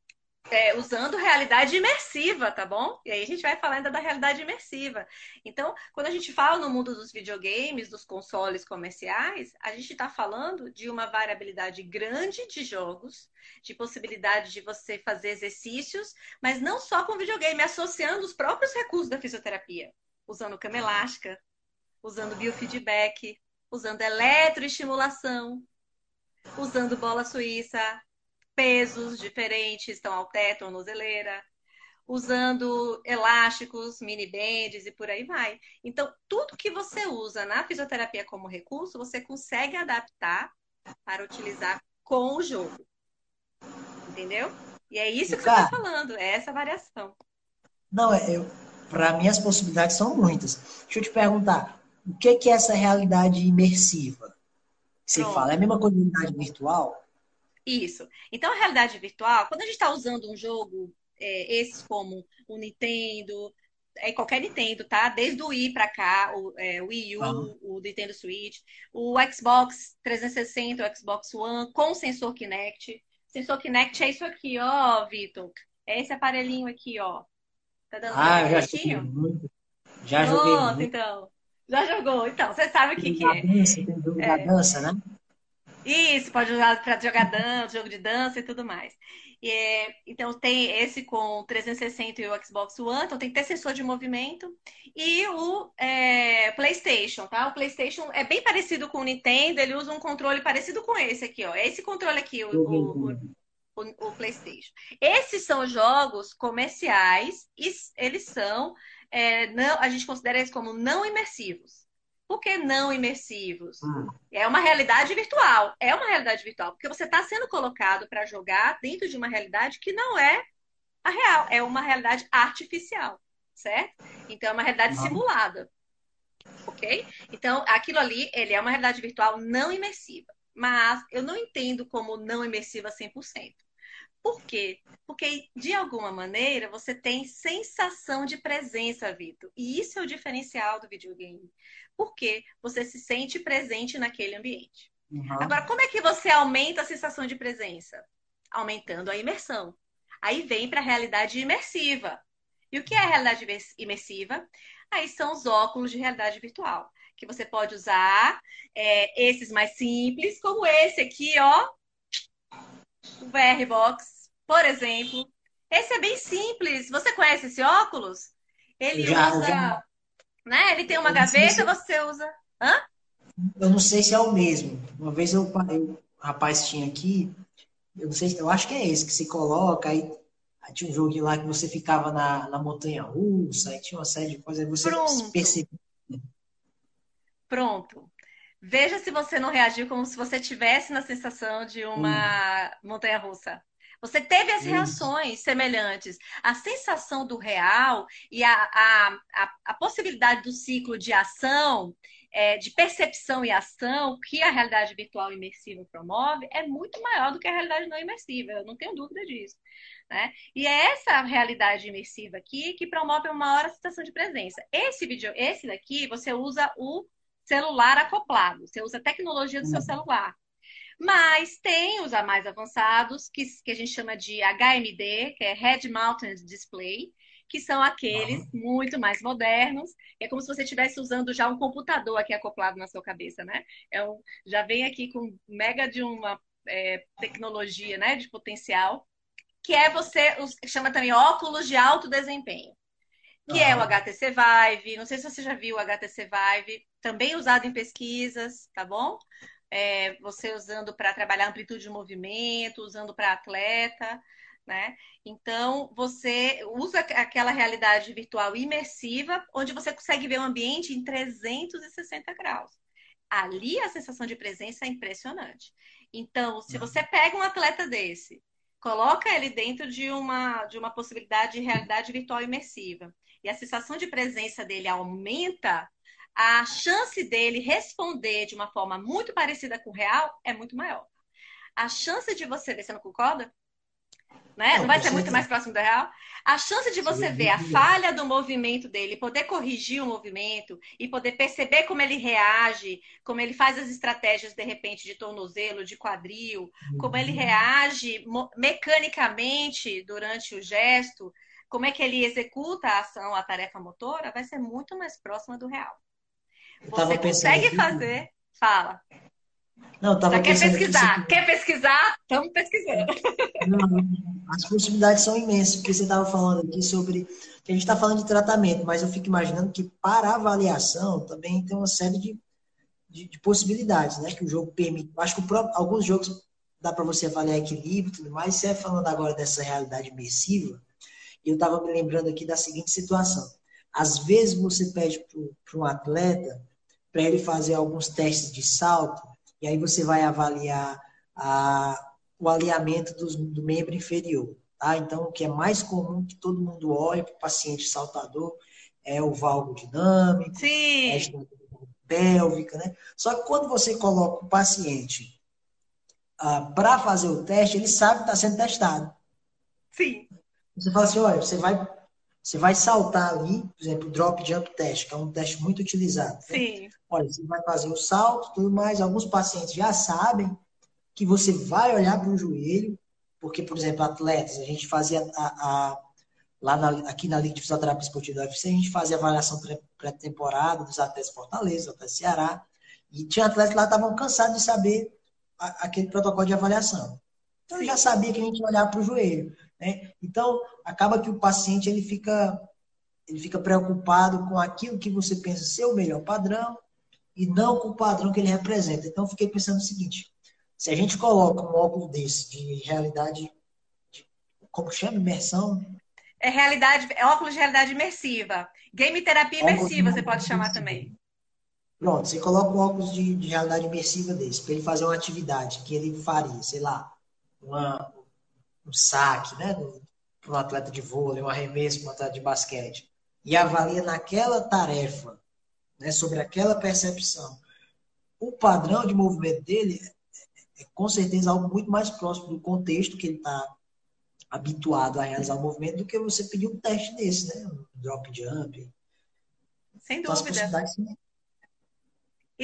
usando realidade imersiva, tá bom? E aí a gente vai falar ainda da realidade imersiva. Então, quando a gente fala no mundo dos videogames, dos consoles comerciais, a gente está falando de uma variabilidade grande de jogos, de possibilidade de você fazer exercícios, mas não só com videogame, associando os próprios recursos da fisioterapia, usando cama elástica, usando biofeedback, usando eletroestimulação, usando bola suíça, pesos diferentes, estão halter, tornozeleira, usando elásticos, mini bands e por aí vai. Então, tudo que você usa na fisioterapia como recurso, você consegue adaptar para utilizar com o jogo. Entendeu? E é isso que você está falando, é essa variação. Não, para mim as possibilidades são muitas. Deixa eu te perguntar, o que é essa realidade imersiva? Você fala, é a mesma coisa da realidade virtual? Isso. Então, a realidade virtual, quando a gente está usando um jogo, esses como o Nintendo, qualquer Nintendo, tá? Desde o Wii para cá, o Wii U, o Nintendo Switch, o Xbox 360, o Xbox One, com sensor Kinect. Sensor Kinect é isso aqui, ó, Vitor. É esse aparelhinho aqui, ó. Tá dando pra ver direitinho? Já joguei muito. Então. Já jogou. Então, você sabe o que é. Tem jogo da dança, né? Isso, pode usar para jogar dança, jogo de dança e tudo mais. Então, tem esse com 360 e o Xbox One, então tem que ter sensor de movimento. E o PlayStation, tá? O PlayStation é bem parecido com o Nintendo, ele usa um controle parecido com esse aqui, ó. Esse controle aqui, o PlayStation. Esses são jogos comerciais e eles são, a gente considera eles como não imersivos. Por que não imersivos? É uma realidade virtual. É uma realidade virtual, porque você está sendo colocado para jogar dentro de uma realidade que não é a real, é uma realidade artificial, certo? Então, é uma realidade simulada, ok? Então, aquilo ali, ele é uma realidade virtual não imersiva. Mas eu não entendo como não imersiva 100%. Por quê? Porque, de alguma maneira, você tem sensação de presença, Vitor. E isso é o diferencial do videogame. Porque você se sente presente naquele ambiente. Agora, como é que você aumenta a sensação de presença? Aumentando a imersão. Aí vem para a realidade imersiva. E o que é a realidade imersiva? Aí são os óculos de realidade virtual. Que você pode usar esses mais simples, como esse aqui, ó. O VR Box, por exemplo. Esse é bem simples. Você conhece esse óculos? Ele usa... Né? Ele tem uma gaveta, você usa... Hã? Eu não sei se é o mesmo. Uma vez o rapaz tinha aqui, eu não sei, eu acho que é esse, que se coloca, aí tinha um joguinho lá que você ficava na montanha russa, aí tinha uma série de coisas, aí você percebia. Pronto. Veja se você não reagiu como se você tivesse na sensação de uma montanha russa. Você teve as reações semelhantes. A sensação do real e a possibilidade do ciclo de ação de percepção e ação que a realidade virtual imersiva promove é muito maior do que a realidade não imersiva, eu não tenho dúvida disso. Né? E é essa realidade imersiva aqui que promove uma maior sensação de presença. Esse daqui, você usa o celular acoplado, você usa a tecnologia do seu celular. Mas tem os mais avançados, que a gente chama de HMD, que é Head Mounted Display, que são aqueles muito mais modernos. É como se você estivesse usando já um computador aqui acoplado na sua cabeça, né? Já vem aqui com mega de uma tecnologia, né, de potencial, que é chama também óculos de alto desempenho, que é o HTC Vive. Não sei se você já viu o HTC Vive, também usado em pesquisas, tá bom? Você usando para trabalhar amplitude de movimento, usando para atleta, né? Então, você usa aquela realidade virtual imersiva, onde você consegue ver o ambiente em 360 graus. Ali a sensação de presença é impressionante. Então, se você pega um atleta desse, coloca ele dentro de uma possibilidade de realidade virtual imersiva, e a sensação de presença dele aumenta, a chance dele responder de uma forma muito parecida com o real é muito maior. A chance de você não concorda? Né? Não vai ser muito mais próximo do real? A chance de você ver a falha do movimento dele, poder corrigir o movimento e poder perceber como ele reage, como ele faz as estratégias, de repente, de tornozelo, de quadril, como ele reage mecanicamente durante o gesto, como é que ele executa a ação, a tarefa motora, vai ser muito mais próxima do real. Você consegue fazer... Fala. Não, já quer pesquisar? Quer pesquisar? Estamos pesquisando. Não, as possibilidades são imensas, porque você estava falando aqui sobre... que a gente está falando de tratamento, mas eu fico imaginando que para avaliação também tem uma série de possibilidades, né? Que o jogo permite. Acho que alguns jogos dá para você avaliar equilíbrio e tudo mais. Você falando agora dessa realidade imersiva, eu estava me lembrando aqui da seguinte situação. Às vezes você pede para um atleta para ele fazer alguns testes de salto, e aí você vai avaliar o alinhamento do membro inferior. Tá? Então, o que é mais comum que todo mundo olha para o paciente saltador é o valgo dinâmico, Sim. a estrutura pélvica, né? Só que quando você coloca o paciente para fazer o teste, ele sabe que está sendo testado. Sim. Você fala assim, olha, você vai saltar ali, por exemplo, o drop jump test, que é um teste muito utilizado. Né? Sim. Olha, você vai fazer o salto, tudo mais. Alguns pacientes já sabem que você vai olhar para o joelho, porque, por exemplo, atletas, a gente fazia aqui na Liga de Fisioterapia Esportiva do UFC, a gente fazia avaliação pré-temporada dos atletas de Fortaleza, dos atletas de Ceará, e tinha atletas lá que estavam cansados de saber aquele protocolo de avaliação. Então, eu já sabia que a gente ia olhar para o joelho. Né? Então, acaba que o paciente ele fica preocupado com aquilo que você pensa ser o melhor padrão e não com o padrão que ele representa. Então, eu fiquei pensando o seguinte, se a gente coloca um óculos desse de realidade, como chama? Imersão? É óculos de realidade imersiva. Game terapia imersiva, você pode chamar também. Pronto, você coloca um óculos de realidade imersiva desse, para ele fazer uma atividade que ele faria, sei lá, um saque, né? Para um atleta de vôlei, um arremesso para um atleta de basquete. E avalia naquela tarefa, né, sobre aquela percepção. O padrão de movimento dele é com certeza algo muito mais próximo do contexto que ele está habituado a realizar o movimento do que você pedir um teste desse, né? Um drop jump. Sem então, dúvida. As possibilidades e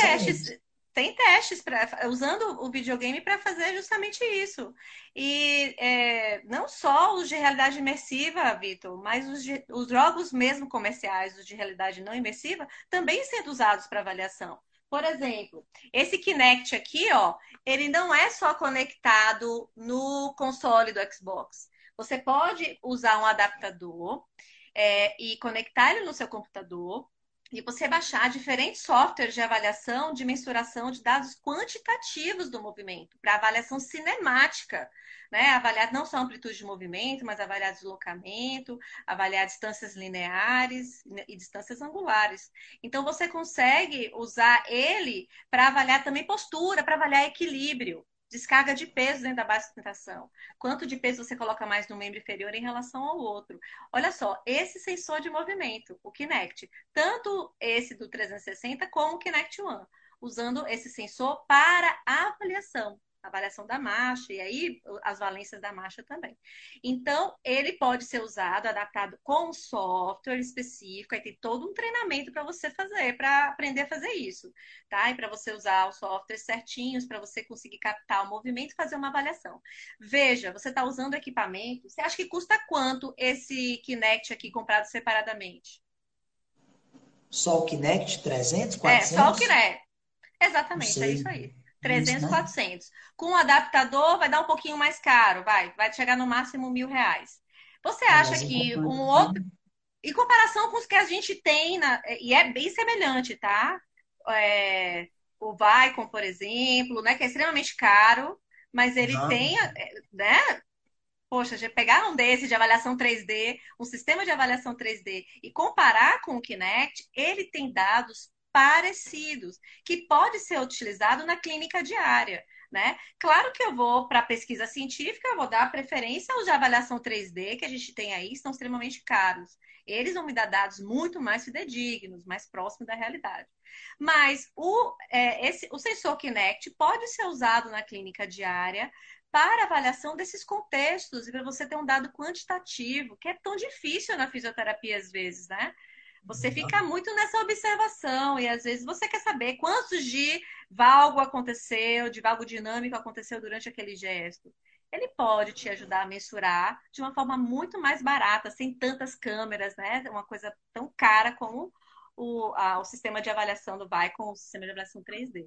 tem testes usando o videogame para fazer justamente isso. E não só os de realidade imersiva, Vitor, mas os jogos mesmo comerciais, os de realidade não imersiva, também sendo usados para avaliação. Por exemplo, esse Kinect aqui, ó, ele não é só conectado no console do Xbox. Você pode usar um adaptador e conectar ele no seu computador e você baixar diferentes softwares de avaliação, de mensuração de dados quantitativos do movimento, para avaliação cinemática, né? Avaliar não só a amplitude de movimento, mas avaliar deslocamento, avaliar distâncias lineares e distâncias angulares. Então, você consegue usar ele para avaliar também postura, para avaliar equilíbrio. descarga de peso dentro da base de sustentação. Quanto de peso você coloca mais no membro inferior em relação ao outro. Olha só, esse sensor de movimento, o Kinect, tanto esse do 360 como o Kinect One, usando esse sensor para avaliação da marcha e aí as valências da marcha também. Então, ele pode ser usado, adaptado com um software específico, aí tem todo um treinamento para você fazer, para aprender a fazer isso, tá? E para você usar os softwares certinhos, para você conseguir captar o movimento e fazer uma avaliação. Veja, você está usando equipamento, você acha que custa quanto esse Kinect aqui comprado separadamente? Só o Kinect, 300, Só o 400? Kinect. Não Exatamente, é sei. isso aí. Isso, 300, né? 400. Com o adaptador vai dar um pouquinho mais caro, vai chegar no máximo R$ 1.000. Você Ah, acha mas em que um comparação, outro, em comparação com os que a gente tem, e é bem semelhante, tá? O Vicon, por exemplo, né, que é extremamente caro, mas ele não, tem, né? Poxa, já pegar um desse de avaliação 3D, um sistema de avaliação 3D e comparar com o Kinect, ele tem dados parecidos, que pode ser utilizado na clínica diária, né? Claro que eu vou para pesquisa científica, eu vou dar preferência aos de avaliação 3D que a gente tem aí, são extremamente caros. Eles vão me dar dados muito mais fidedignos, mais próximos da realidade. Mas o sensor Kinect pode ser usado na clínica diária para avaliação desses contextos e para você ter um dado quantitativo, que é tão difícil na fisioterapia às vezes, né? Você fica muito nessa observação e às vezes você quer saber quantos de valgo aconteceu, de valgo dinâmico aconteceu durante aquele gesto. Ele pode te ajudar a mensurar de uma forma muito mais barata, sem tantas câmeras, né? Uma coisa tão cara como o sistema de avaliação do VAI com o sistema de avaliação 3D.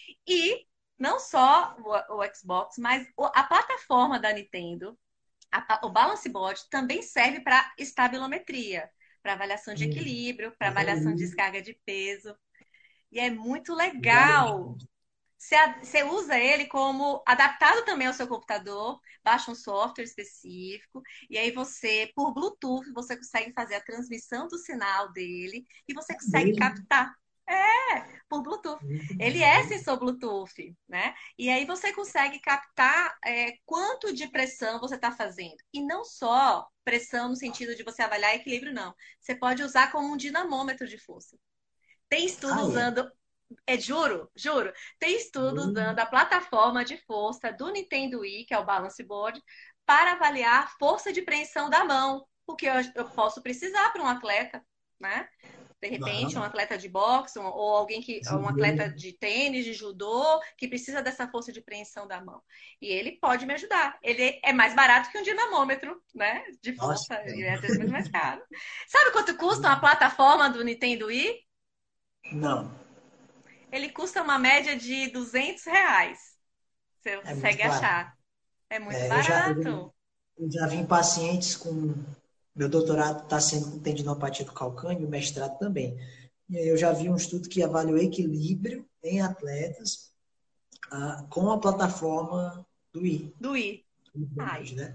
E não só o Xbox, mas a plataforma da Nintendo, o Balance Board, também serve para estabilometria, para avaliação de equilíbrio, para eu já avaliação de vi, descarga de peso. E é muito já legal. vi. Você usa ele como adaptado também ao seu computador, baixa um software específico, e aí você, por Bluetooth, você consegue fazer a transmissão do sinal dele e você consegue Mesmo? captar por Bluetooth. Muito Ele bom, é viu? sensor Bluetooth, né? E aí você consegue captar quanto de pressão você está fazendo. E não só pressão no sentido de você avaliar equilíbrio, não. Você pode usar como um dinamômetro de força. Tem estudo Ah, é? usando, juro, juro, tem estudo usando Hum, a plataforma de força do Nintendo Wii, que é o Balance Board, para avaliar a força de preensão da mão, porque eu posso precisar para um atleta, né? De repente, um não. atleta de boxe, ou alguém um Judô. atleta de tênis, de judô, que precisa dessa força de preensão da mão. E ele pode me ajudar. Ele é mais barato que um dinamômetro, né? De Nossa, força, não. e às vezes muito mais caro. Sabe quanto custa uma plataforma do Nintendo Wii? Não, Ele custa uma média de R$ 200. Você é muito consegue caro. achar. É muito É, barato. eu já vi pacientes com. Meu doutorado está sendo com tendinopatia do calcâneo, o mestrado também. E aí eu já vi um estudo que avaliou equilíbrio em atletas com a plataforma do I, Do I. do Ai. Board, né?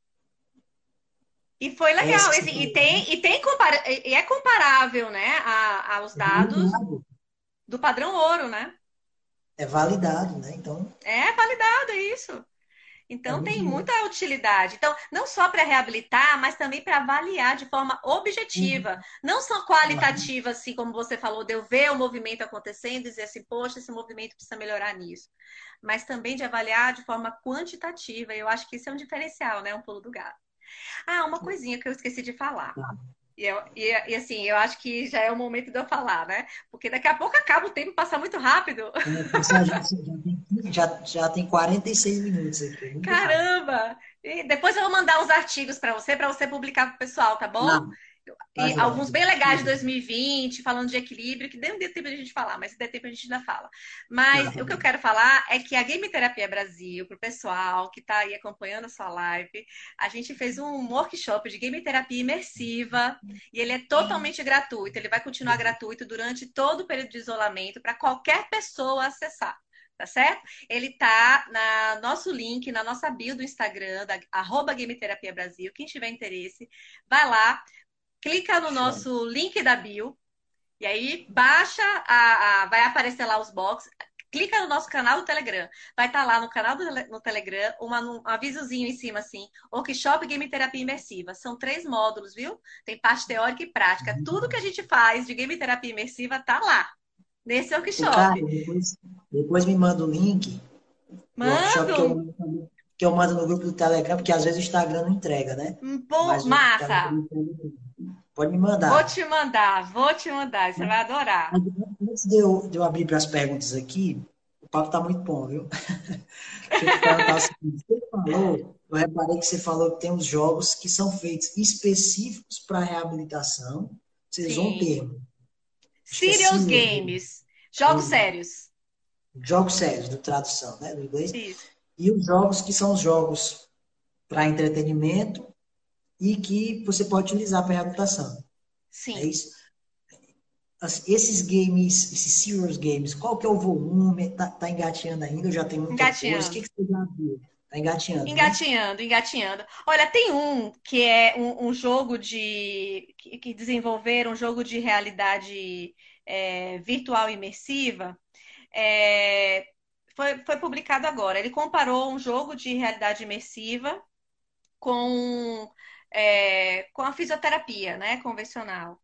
E foi Essa legal. que E, você e falou, né? tem, e tem e é comparável, né, aos É dados validado. do padrão ouro, né? É validado, né? Então, É validado, é isso. é Então, muito tem bom. muita utilidade. Então, não só para reabilitar, mas também para avaliar de forma objetiva. Não só qualitativa, assim como você falou, de eu ver o movimento acontecendo e dizer assim, poxa, esse movimento precisa melhorar nisso. Mas também de avaliar de forma quantitativa. Eu acho que isso é um diferencial, né? Um pulo do gato. Ah, uma coisinha que eu esqueci de falar. E assim, eu acho que já é o momento de eu falar, né? Porque daqui a pouco acaba o tempo, passa muito rápido. Passagem já tem 46 minutos aqui, muito rápido. Caramba! E depois eu vou mandar uns artigos para você publicar para o pessoal, tá Tá, bom? tá E joia. alguns bem legais de 2020, falando de equilíbrio, que nem deu tempo de a gente falar, mas se der tempo a gente ainda fala. Tá, Mas tá o que eu bom. quero falar é que a Game Terapia Brasil, para o pessoal que está aí acompanhando a sua live, a gente fez um workshop de game terapia imersiva e ele é totalmente gratuito. Ele vai continuar gratuito durante todo o período de isolamento para qualquer pessoa acessar. Tá certo? Ele tá na nosso link, na nossa bio do Instagram, da Game Terapia Brasil. Quem tiver interesse, vai lá, clica no Show. nosso link da bio e aí baixa, vai aparecer lá os box. clica no nosso canal do Telegram. Vai estar lá no canal no Telegram um avisozinho em cima, assim, Workshop Game Terapia Imersiva. São 3 módulos, viu? Tem parte teórica e prática. Tudo que a gente faz de Game Terapia Imersiva tá lá, nesse Cara, workshop. depois me manda o link do workshop Mando! que eu mando no grupo do Telegram, porque às vezes o Instagram não entrega, né? Mas o Massa! Telegram pode me Vou mandar. te mandar, você vai adorar. Antes de eu abrir para as perguntas aqui, o papo tá muito bom, viu? Deixa eu te perguntar o seguinte: eu reparei que você falou que tem uns jogos que são feitos específicos para reabilitação. Vocês usam um Sim. termo. Acho que é Serious serious games. Jogos sérios. jogos sérios, do tradução, né, do inglês. Isso. E os jogos que são os jogos para entretenimento e que você pode utilizar para reabilitação. Sim. É isso? Esses games, esses serious games, qual que é o volume? Tá engateando ainda ou já tem muita coisa? O que você já viu? Tá engateando, engateando, né? Engateando. Olha, tem um que é um jogo que desenvolveram um jogo de realidade virtual imersiva. Foi publicado agora. Ele comparou um jogo de realidade imersiva com a fisioterapia, né, convencional.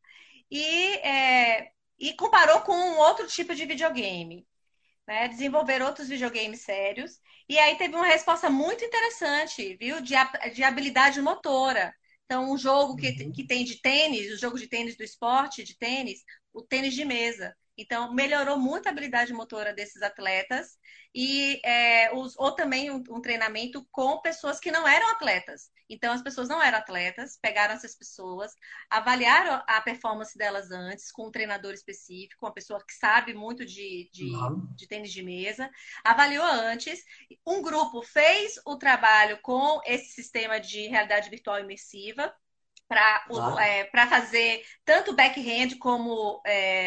E comparou com um outro tipo de videogame, né? Desenvolver outros videogames sérios. E aí teve uma resposta muito interessante, viu? De habilidade motora. Então, um jogo que tem de tênis, o jogo de tênis do esporte, de tênis, o tênis de mesa. Então, melhorou muito a habilidade motora desses atletas ou também um treinamento com pessoas que não eram atletas. Então, as pessoas não eram atletas, pegaram essas pessoas, avaliaram a performance delas antes com um treinador específico, uma pessoa que sabe muito de tênis de mesa, avaliou antes. Um grupo fez o trabalho com esse sistema de realidade virtual imersiva para fazer tanto backhand como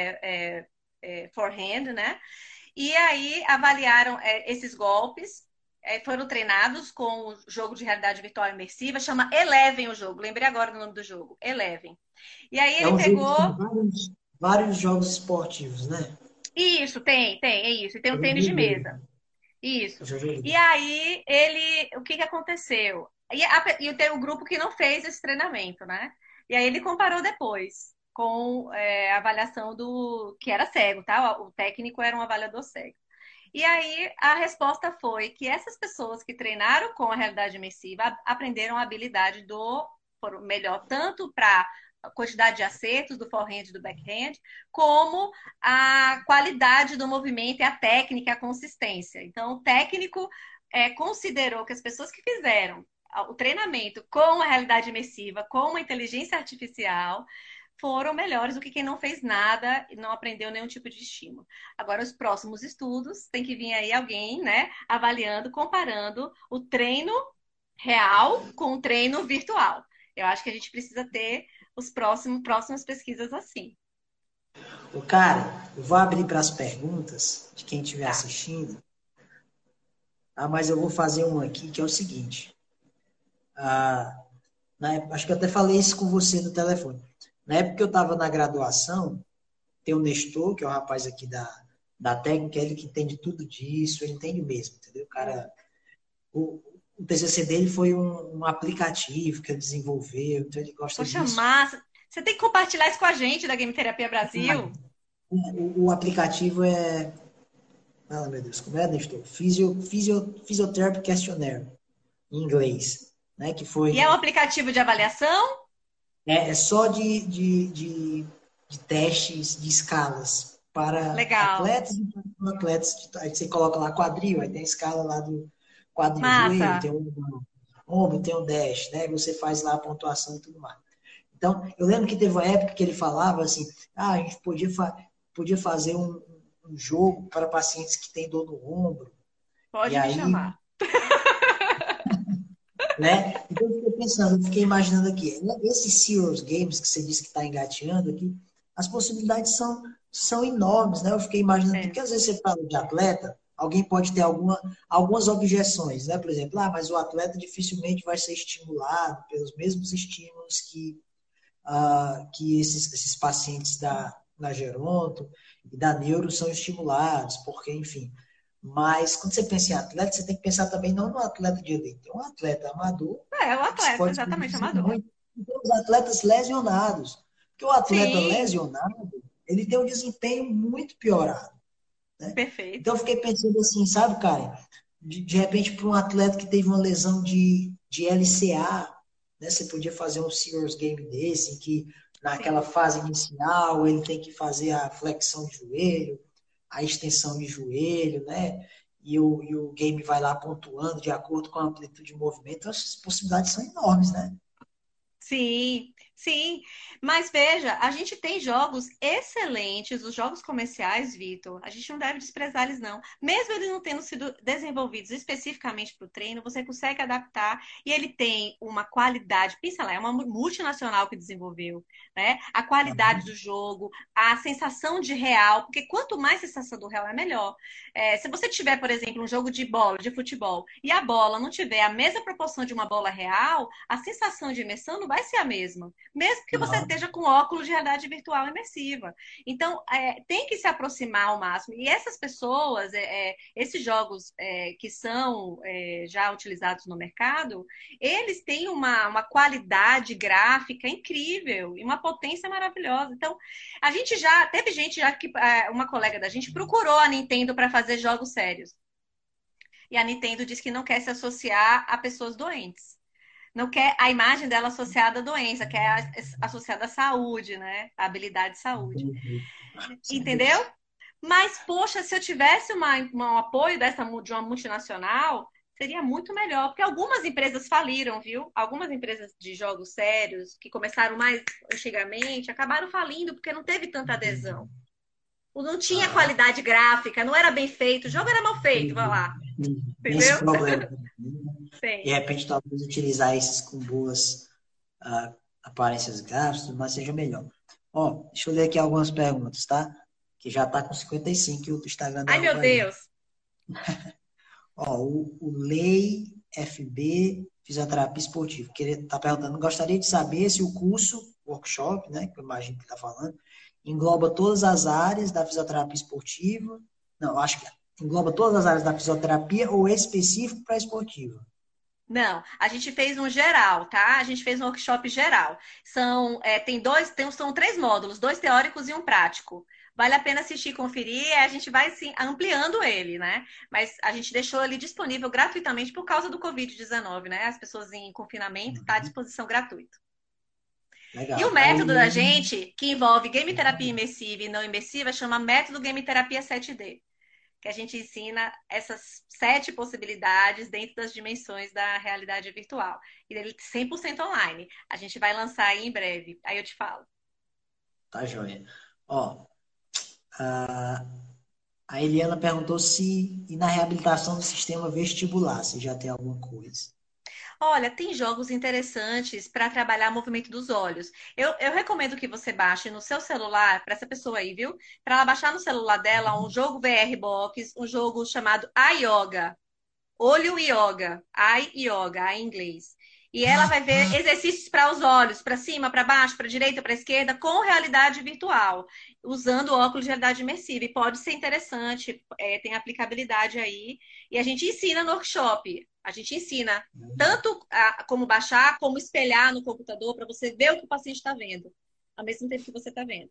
forehand, né? E aí avaliaram esses golpes, foram treinados com o jogo de realidade virtual imersiva, chama Eleven o jogo, lembrei agora do nome do jogo, Eleven. E aí ele pegou... vários jogos esportivos, né? Isso, é isso, e tem um tênis de mesa. Isso. E aí o que aconteceu? E tem um grupo que não fez esse treinamento, né? E aí ele comparou depois com a avaliação que era cego, tá? O técnico era um avaliador cego. E aí a resposta foi que essas pessoas que treinaram com a realidade imersiva aprenderam a habilidade melhor, tanto para a quantidade de acertos do forehand e do backhand, como a qualidade do movimento e a técnica, a consistência. Então, o técnico considerou que as pessoas que fizeram o treinamento com a realidade imersiva, com a inteligência artificial, foram melhores do que quem não fez nada e não aprendeu nenhum tipo de estímulo. Agora, os próximos estudos, tem que vir aí alguém, né, avaliando, comparando o treino real com o treino virtual. Eu acho que a gente precisa ter os próximas pesquisas assim. Cara, eu vou abrir para as perguntas de quem estiver assistindo. Mas eu vou fazer uma aqui que é o seguinte. Acho que eu até falei isso com você no telefone. Na época que eu estava na graduação, tem o Nestor, que é o rapaz aqui da técnica, ele que entende tudo disso, ele entende mesmo, entendeu? Cara, o TCC dele foi um aplicativo que ele desenvolveu, então ele gosta disso. Poxa, massa! Você tem que compartilhar isso com a gente da Game Terapia Brasil. O aplicativo é... Ah, meu Deus, como é, Nestor? Physiotherapy Questionnaire, em inglês. Né, que foi... E é um aplicativo de avaliação? É só de testes de escalas para atletas e para não atletas. Aí você coloca lá quadril, aí tem a escala lá do quadril, joelho, tem o ombro, tem o dash, né? Você faz lá a pontuação e tudo mais. Então, eu lembro que teve uma época que ele falava assim, a gente podia fazer um jogo para pacientes que têm dor no ombro. Pode me chamar. Né? Então eu fiquei imaginando aqui, esses serious games que você disse que está engateando aqui, as possibilidades são enormes, né? Eu fiquei imaginando, porque às vezes você fala de atleta, alguém pode ter algumas objeções, né? Por exemplo, mas o atleta dificilmente vai ser estimulado pelos mesmos estímulos que esses pacientes da Geronto e da Neuro são estimulados, porque, enfim, Mas quando você pensa em atleta, você tem que pensar também não no atleta de elite. É um atleta amador É, o que se atleta, pode exatamente, produzir amador. muito. E tem os atletas lesionados. Porque o atleta Sim, lesionado, ele tem um desempenho muito piorado, né? Então perfeito. eu fiquei pensando assim, sabe, cara? De repente, para um atleta que teve uma lesão de LCA, né? Você podia fazer um serious game desse, em que naquela Sim. fase inicial ele tem que fazer a flexão de joelho, a extensão de joelho, né? E o game vai lá pontuando de acordo com a amplitude de movimento. Então, essas possibilidades são enormes, né? Sim, sim. Mas veja, a gente tem jogos excelentes, os jogos comerciais, Vitor. A gente não deve desprezar eles, não. Mesmo eles não tendo sido desenvolvidos especificamente para o treino, você consegue adaptar e ele tem uma qualidade. Pensa lá, é uma multinacional que desenvolveu, né? A qualidade do jogo, a sensação de real, porque quanto mais sensação do real é melhor. Se você tiver, por exemplo, um jogo de bola, de futebol, e a bola não tiver a mesma proporção de uma bola real, a sensação de imersão não vai ser a mesma, mesmo que você Não. esteja com óculos de realidade virtual imersiva. Então, tem que se aproximar ao máximo. E essas pessoas, esses jogos que são já utilizados no mercado, eles têm uma qualidade gráfica incrível e uma potência maravilhosa. Então, a gente já teve gente já que uma colega da gente procurou a Nintendo para fazer jogos sérios. E a Nintendo diz que não quer se associar a pessoas doentes. Não quer a imagem dela associada à doença, quer associada à saúde, né? À habilidade de saúde. Entendi. Entendeu? Mas, poxa, se eu tivesse um apoio de uma multinacional, seria muito melhor. Porque algumas empresas faliram, viu? Algumas empresas de jogos sérios, que começaram mais antigamente, acabaram falindo porque não teve tanta adesão. Não tinha Aham. qualidade gráfica, não era bem feito, o jogo era mal feito, vai Entendi. lá. Entendi. Tem esse Entendeu? problema também, né? De Tem. repente, talvez utilizar esses com boas aparências gráficas, mas seja melhor. Ó, deixa eu ler aqui algumas perguntas, tá? Que já tá com 55 e o Instagram Ai, meu derruba a gente. Deus. Ó, o Lei FB Fisioterapia Esportiva, que ele tá perguntando, gostaria de saber se o curso, workshop, né, que eu imagino que ele tá falando, engloba todas as áreas da fisioterapia esportiva. Não, acho que engloba todas as áreas da fisioterapia ou é específico para esportiva. Não, a gente fez um geral, tá? A gente fez um workshop geral. São três módulos, dois teóricos e um prático. Vale a pena assistir e conferir, a gente vai sim ampliando ele, né? Mas a gente deixou ele disponível gratuitamente por causa do Covid-19, né? As pessoas em confinamento, está à disposição gratuito. E o Legal. A método da Eliane, gente, que envolve game terapia imersiva e não imersiva, chama método game terapia 7D, que a gente ensina essas 7 possibilidades dentro das dimensões da realidade virtual. E ele 100% online. A gente vai lançar aí em breve. Aí eu te falo. tá joia. Ó, a, a Eliana perguntou se e na reabilitação do sistema vestibular, se já tem alguma coisa. Olha, tem jogos interessantes para trabalhar o movimento dos olhos. Eu recomendo que você baixe no seu celular, para essa pessoa aí, viu? Para ela baixar no celular dela um jogo VR Box, um jogo chamado iYoga. Olho Yoga, Eye Yoga, em inglês. E ela vai ver exercícios para os olhos, para cima, para baixo, para direita, para esquerda, com realidade virtual, usando óculos de realidade imersiva. E pode ser interessante, tem aplicabilidade aí. E a gente ensina no workshop. A gente ensina tanto como baixar, como espelhar no computador, para você ver o que o paciente está vendo, ao mesmo tempo que você está vendo.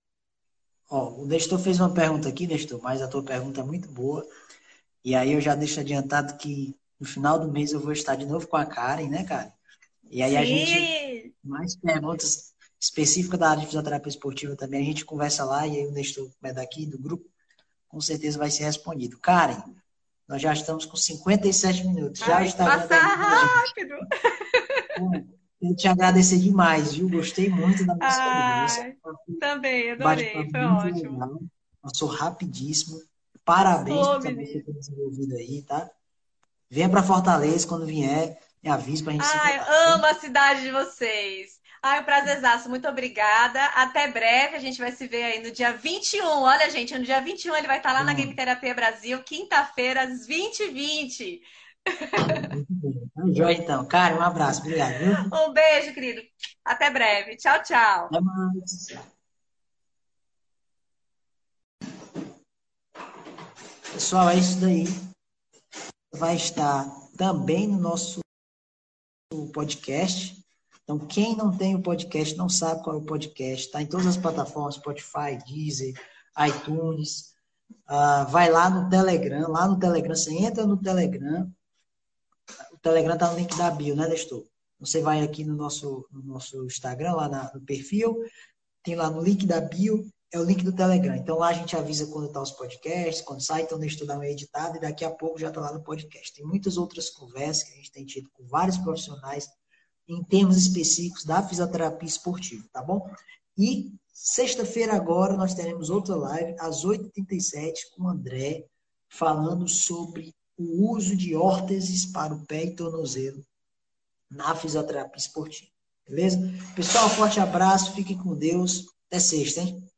Ó, o Nestor fez uma pergunta aqui, Nestor, mas a tua pergunta é muito boa. E aí eu já deixo adiantado que no final do mês eu vou estar de novo com a Karen, né, Karen? E aí a gente, Sim! mais perguntas específicas da área de fisioterapia esportiva também, a gente conversa lá e aí o Nestor, que é daqui do grupo, com certeza vai ser respondido. Karen, nós já estamos com 57 minutos. Já o Ai, Instagram passa derruba a gente. rápido! Bom, quero te agradecer demais, viu? Gostei muito da nossa conversa. Ai, também, Um adorei, bate-papo foi muito ótimo. legal. Passou rapidíssimo. Parabéns Ô, por também você menino. ter desenvolvido aí, tá? Venha para Fortaleza quando vier, me avise para a gente se Ai, encontrar, tá bom? amo a cidade de vocês. Ai, um prazerzaço, muito obrigada. Até breve, a gente vai se ver aí no dia 21. Olha, gente, no dia 21 ele vai estar lá na Game Bom, Terapia Brasil, quinta-feira, às 20h20. muito bem. Tá joia, então. Cara, um abraço. Obrigado, viu? Um beijo, querido. Até breve. Tchau, tchau. Até mais. Pessoal, é isso daí. Vai estar também no nosso podcast. Então, quem não tem o podcast, não sabe qual é o podcast, está em todas as plataformas, Spotify, Deezer, iTunes. Vai lá no Telegram. Lá no Telegram, você entra no Telegram. O Telegram está no link da bio, né, Nestor? Você vai aqui no nosso Instagram, lá no perfil, tem lá no link da bio, é o link do Telegram. Então lá a gente avisa quando tá os podcasts, quando sai, então deixa eu dar uma editada e daqui a pouco já tá lá no podcast. Tem muitas outras conversas que a gente tem tido com vários profissionais em termos específicos da fisioterapia esportiva, tá bom? E sexta-feira agora nós teremos outra live às 8h37 com o André, falando sobre o uso de órteses para o pé e tornozelo na fisioterapia esportiva. Beleza? Pessoal, forte abraço, fiquem com Deus. Até sexta, hein?